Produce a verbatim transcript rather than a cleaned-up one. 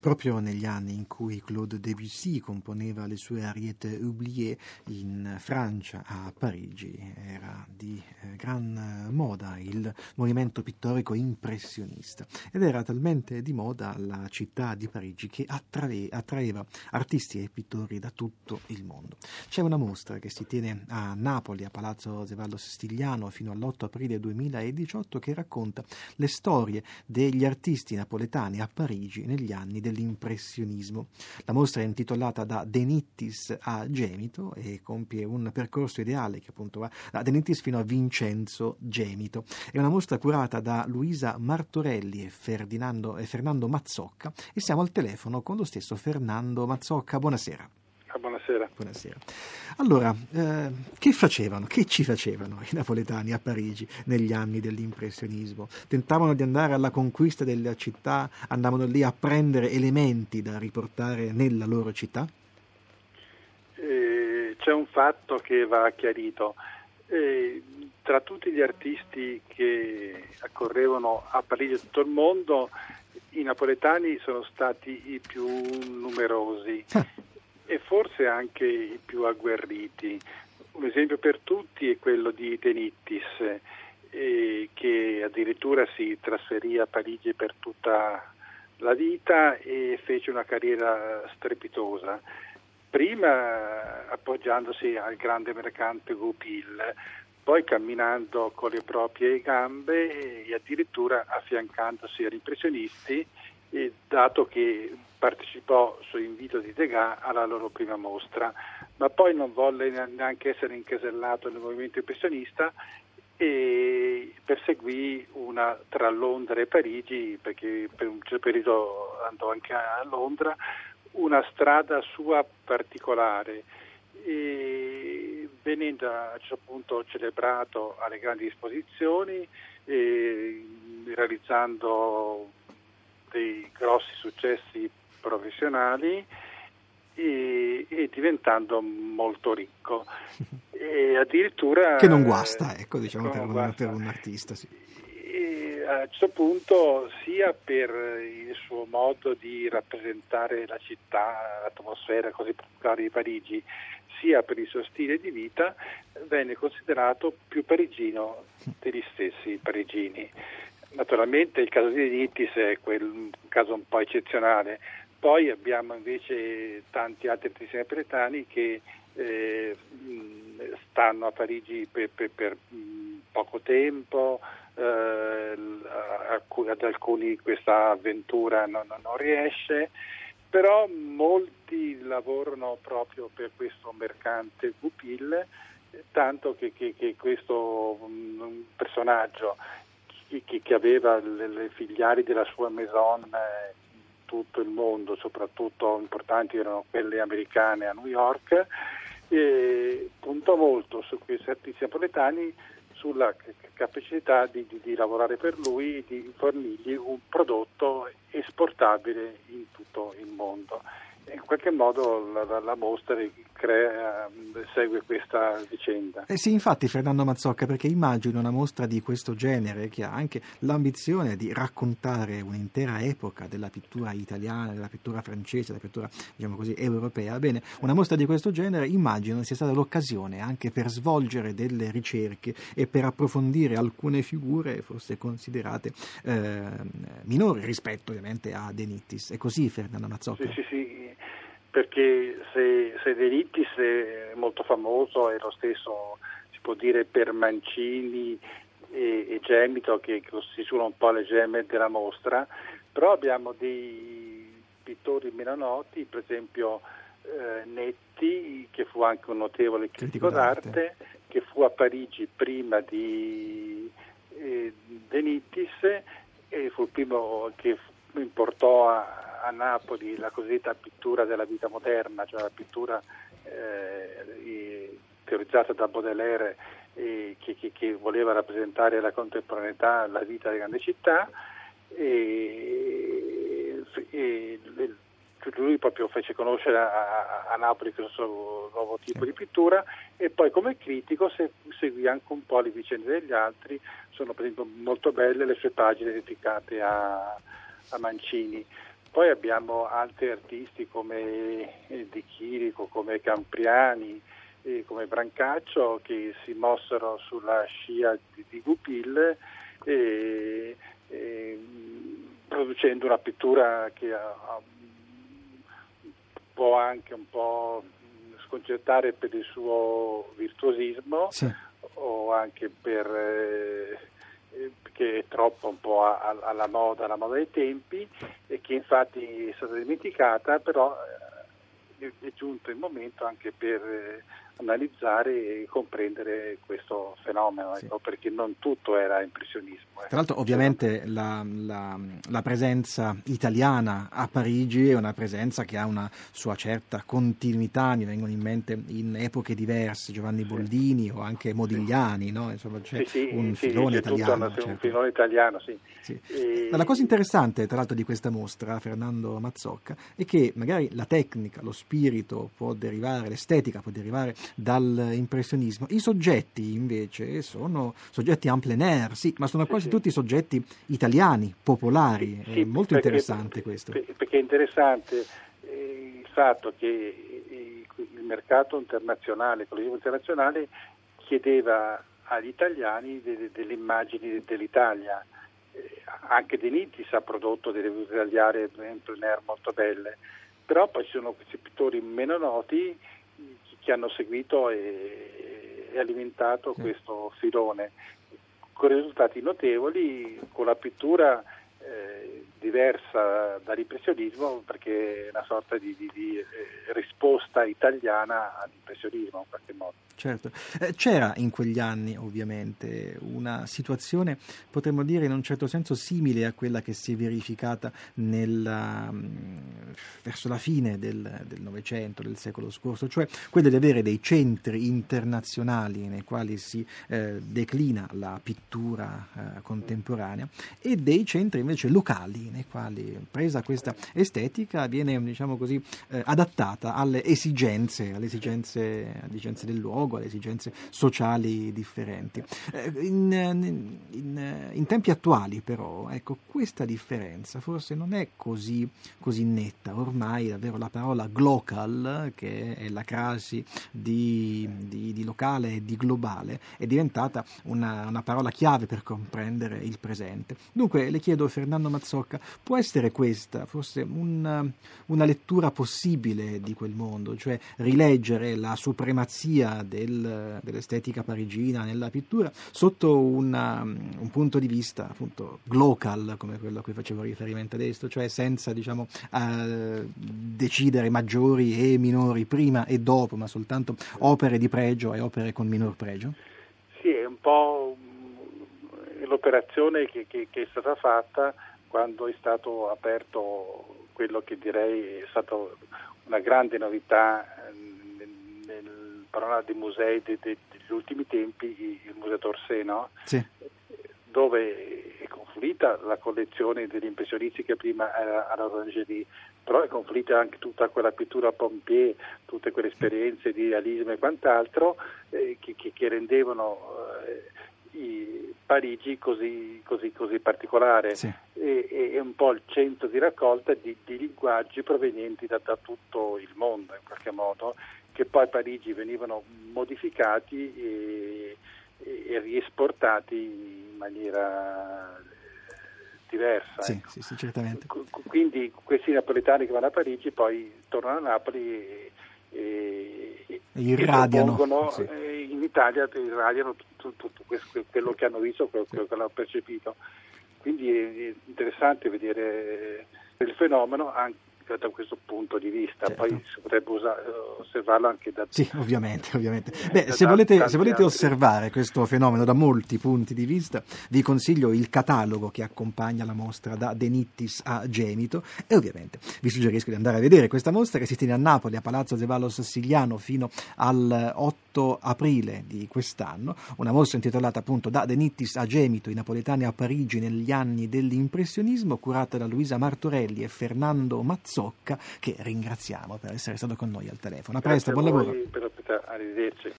Proprio negli anni in cui Claude Debussy componeva le sue Ariete oubliée in Francia, a Parigi, era di eh, gran moda il movimento pittorico impressionista ed era talmente di moda la città di Parigi che attrae, attraeva artisti e pittori da tutto il mondo. C'è una mostra che si tiene a Napoli, a Palazzo Zevallo Sestigliano, fino all'otto aprile duemiladiciotto, che racconta le storie degli artisti napoletani a Parigi negli anni del dell'impressionismo. La mostra è intitolata Da De Nittis a Gemito e compie un percorso ideale che appunto va da De Nittis fino a Vincenzo Gemito. È una mostra curata da Luisa Martorelli e, Ferdinando, e Fernando Mazzocca, e siamo al telefono con lo stesso Fernando Mazzocca. Buonasera. Buonasera. Buonasera. Allora, eh, che facevano, che ci facevano i napoletani a Parigi negli anni dell'impressionismo? Tentavano di andare alla conquista della città, andavano lì a prendere elementi da riportare nella loro città? Eh, c'è un fatto che va chiarito. Eh, tra tutti gli artisti che accorrevano a Parigi e tutto il mondo, i napoletani sono stati i più numerosi. E forse anche i più agguerriti. Un esempio per tutti è quello di De Nittis, eh, che addirittura si trasferì a Parigi per tutta la vita e fece una carriera strepitosa. Prima appoggiandosi al grande mercante Goupil, poi camminando con le proprie gambe e addirittura affiancandosi agli impressionisti, eh, dato che partecipò su invito di Degas alla loro prima mostra, ma poi non volle neanche essere incasellato nel movimento impressionista e perseguì una tra Londra e Parigi, perché per un certo periodo andò anche a Londra, una strada sua particolare, e venendo a un certo punto celebrato alle grandi esposizioni, e realizzando dei grossi successi professionali e, e diventando molto ricco e addirittura che non guasta, ecco, diciamo, per un, guasta. per un artista, sì. E a questo punto, sia per il suo modo di rappresentare la città, l'atmosfera così particolare di Parigi, sia per il suo stile di vita, venne considerato più parigino degli stessi parigini. Naturalmente il caso di De Nittis è quel, un caso un po' eccezionale. Poi abbiamo invece tanti altri artisti napoletani che eh, stanno a Parigi per, per, per poco tempo, eh, ad alcuni questa avventura non, non riesce, però molti lavorano proprio per questo mercante Goupil, tanto che, che, che questo um, personaggio che, che aveva le, le filiali della sua maison eh, tutto il mondo, soprattutto importanti erano quelle americane a New York, e puntò molto su questi artisti napoletani, sulla capacità di, di, di lavorare per lui e di fornirgli un prodotto esportabile in tutto il mondo. In qualche modo la, la, la mostra crea, segue questa vicenda. Eh sì, infatti, Fernando Mazzocca, perché immagino una mostra di questo genere che ha anche l'ambizione di raccontare un'intera epoca della pittura italiana, della pittura francese, della pittura, diciamo così, europea. Bene, una mostra di questo genere immagino sia stata l'occasione anche per svolgere delle ricerche e per approfondire alcune figure forse considerate eh, minori rispetto ovviamente a De Nittis. È così, Fernando Mazzocca? Sì, sì, sì. Perché se, se De Nittis è molto famoso, è lo stesso, si può dire, per Mancini e, e Gemito, che costituiscono un po' le gemme della mostra, però abbiamo dei pittori meno noti, per esempio eh, Netti, che fu anche un notevole critico, critico d'arte, d'arte, che fu a Parigi prima di eh, De Nittis e fu il primo che importò a a Napoli la cosiddetta pittura della vita moderna, cioè la pittura eh, teorizzata da Baudelaire eh, che, che, che voleva rappresentare la contemporaneità, la vita delle grandi città, e, e lui proprio fece conoscere a, a Napoli questo nuovo tipo di pittura, e poi come critico se, seguì anche un po' le vicende degli altri. Sono per esempio molto belle le sue pagine dedicate a, a Mancini. Poi abbiamo altri artisti come eh, De Chirico, come Campriani, eh, come Brancaccio, che si mossero sulla scia di, di Goupil, eh, eh, producendo una pittura che ha, ha, può anche un po' sconcertare per il suo virtuosismo, sì, o anche per eh, che è troppo un po' a, a, alla moda, alla moda dei tempi, e che infatti è stata dimenticata, però eh, è giunto il momento anche per eh, analizzare e comprendere questo fenomeno, sì, ecco, perché non tutto era impressionismo. Eh. Tra l'altro ovviamente la, la, la presenza italiana a Parigi è una presenza che ha una sua certa continuità, mi vengono in mente in epoche diverse Giovanni Boldini, sì, o anche Modigliani, sì, no? Insomma c'è sì, sì, un filone sì, italiano. Una, certo. Un filone italiano, sì. Sì. E... La cosa interessante tra l'altro di questa mostra, Fernando Mazzocca, è che magari la tecnica, lo spirito può derivare, l'estetica può derivare dall'impressionismo, i soggetti invece sono soggetti en plein air, sì, ma sono quasi sì, tutti soggetti italiani, popolari, sì, è molto perché, interessante questo. Perché è interessante eh, il fatto che eh, il mercato internazionale, il collettivo internazionale chiedeva agli italiani delle, delle immagini dell'Italia. Eh, anche De Nittis ha prodotto delle vedute italiane en plein air molto belle, però poi ci sono questi pittori meno noti che hanno seguito e, e alimentato sì, questo filone, con risultati notevoli, con la pittura eh, diversa dall'impressionismo, perché è una sorta di, di, di eh, risposta italiana all'impressionismo in qualche modo. Certo, eh, c'era in quegli anni ovviamente una situazione, potremmo dire in un certo senso simile a quella che si è verificata nella, mh, verso la fine del, del Novecento, del secolo scorso, cioè quella di avere dei centri internazionali nei quali si eh, declina la pittura eh, contemporanea e dei centri invece locali nei quali, presa questa estetica, viene, diciamo così, eh, adattata alle esigenze, alle esigenze, alle esigenze del luogo, alle esigenze sociali differenti. In, in, in, in tempi attuali però, ecco, questa differenza forse non è così, così netta. Ormai davvero la parola glocal, che è la crasi di, di, di locale e di globale, è diventata una, una parola chiave per comprendere il presente. Dunque le chiedo, Fernando Mazzocca, può essere questa forse una, una lettura possibile di quel mondo, cioè rileggere la supremazia del, dell'estetica parigina nella pittura sotto una, un punto di vista appunto glocal, come quello a cui facevo riferimento adesso, cioè senza, diciamo, eh, decidere maggiori e minori prima e dopo, ma soltanto opere di pregio e opere con minor pregio? Sì, è un po' l'operazione che, che, che è stata fatta quando è stato aperto quello che direi è stata una grande novità nel panorama dei musei de, de, degli ultimi tempi, il Museo d'Orsay, no? Sì. Dove è confluita la collezione degli impressionisti che prima era all'Orangerie, però è confluita anche tutta quella pittura a Pompier, tutte quelle esperienze di realismo e quant'altro eh, che, che, che rendevano eh, i Parigi così, così, così particolare. Sì. E, e un po' il centro di raccolta di, di linguaggi provenienti da, da tutto il mondo in qualche modo, che poi a Parigi venivano modificati e, e riesportati in maniera diversa. Sì, ecco. sì, sì, certamente. Quindi questi napoletani che vanno a Parigi poi tornano a Napoli e, e, e irradiano, propongono sì. In Italia irradiano tutto, tutto questo, quello che hanno visto, quello sì. che hanno percepito. Quindi è interessante vedere il fenomeno anche da questo punto di vista, certo. Poi si potrebbe usare, osservarlo anche da... Sì, ovviamente, ovviamente. Beh, da, se volete, se volete osservare questo fenomeno da molti punti di vista, vi consiglio il catalogo che accompagna la mostra da De Nittis a Gemito e ovviamente vi suggerisco di andare a vedere questa mostra che si tiene a Napoli, a Palazzo Zevallo Sassigliano fino al otto aprile di quest'anno, una mostra intitolata appunto Da De Nittis a Gemito, i napoletani a Parigi negli anni dell'impressionismo, curata da Luisa Martorelli e Fernando Mazzocca, che ringraziamo per essere stato con noi al telefono. A presto, buon lavoro. Per, arrivederci.